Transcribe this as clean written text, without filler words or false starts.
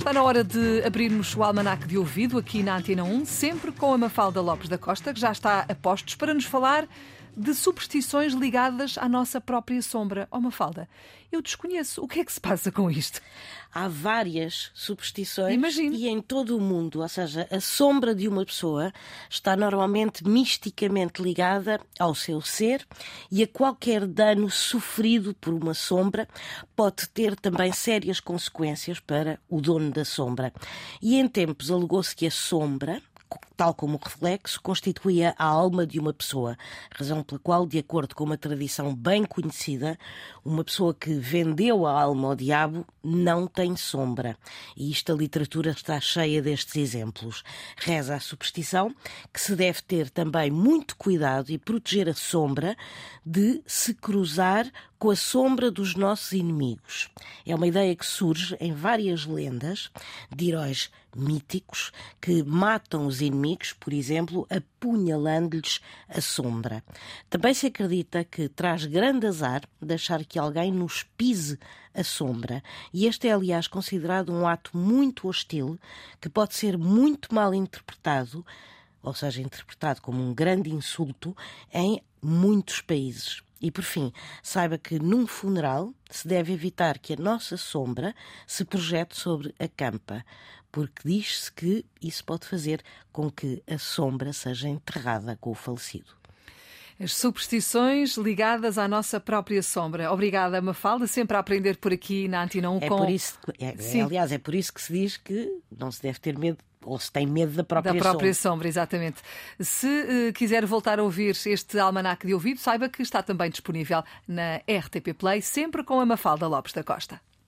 Está na hora de abrirmos o almanaque de ouvido aqui na Antena 1, sempre com a Mafalda Lopes da Costa, que já está a postos para nos falar de superstições ligadas à nossa própria sombra. Oh, Mafalda, eu desconheço. O que é que se passa com isto? Há várias superstições. Imagino. E em todo o mundo, ou seja, a sombra de uma pessoa está normalmente misticamente ligada ao seu ser e a qualquer dano sofrido por uma sombra pode ter também sérias consequências para o dono da sombra. E em tempos alegou-se que a sombra, tal como o reflexo, constituía a alma de uma pessoa, razão pela qual, de acordo com uma tradição bem conhecida, uma pessoa que vendeu a alma ao diabo não tem sombra. E a literatura está cheia destes exemplos. Reza a superstição que se deve ter também muito cuidado e proteger a sombra de se cruzar com a sombra dos nossos inimigos. É uma ideia que surge em várias lendas de heróis míticos que matam os inimigos, por exemplo, apunhalando-lhes a sombra. Também se acredita que traz grande azar deixar que alguém nos pise a sombra. E este é, aliás, considerado um ato muito hostil que pode ser muito mal interpretado, ou seja, interpretado como um grande insulto em muitos países. E, por fim, saiba que num funeral se deve evitar que a nossa sombra se projete sobre a campa, porque diz-se que isso pode fazer com que a sombra seja enterrada com o falecido. As superstições ligadas à nossa própria sombra. Obrigada, Mafalda, sempre a aprender por aqui na Antena 1. Aliás, é por isso que se diz que não se deve ter medo, ou se tem medo da própria sombra. Da própria sombra, exatamente. Se quiser voltar a ouvir este almanaque de ouvido, saiba que está também disponível na RTP Play, sempre com a Mafalda Lopes da Costa.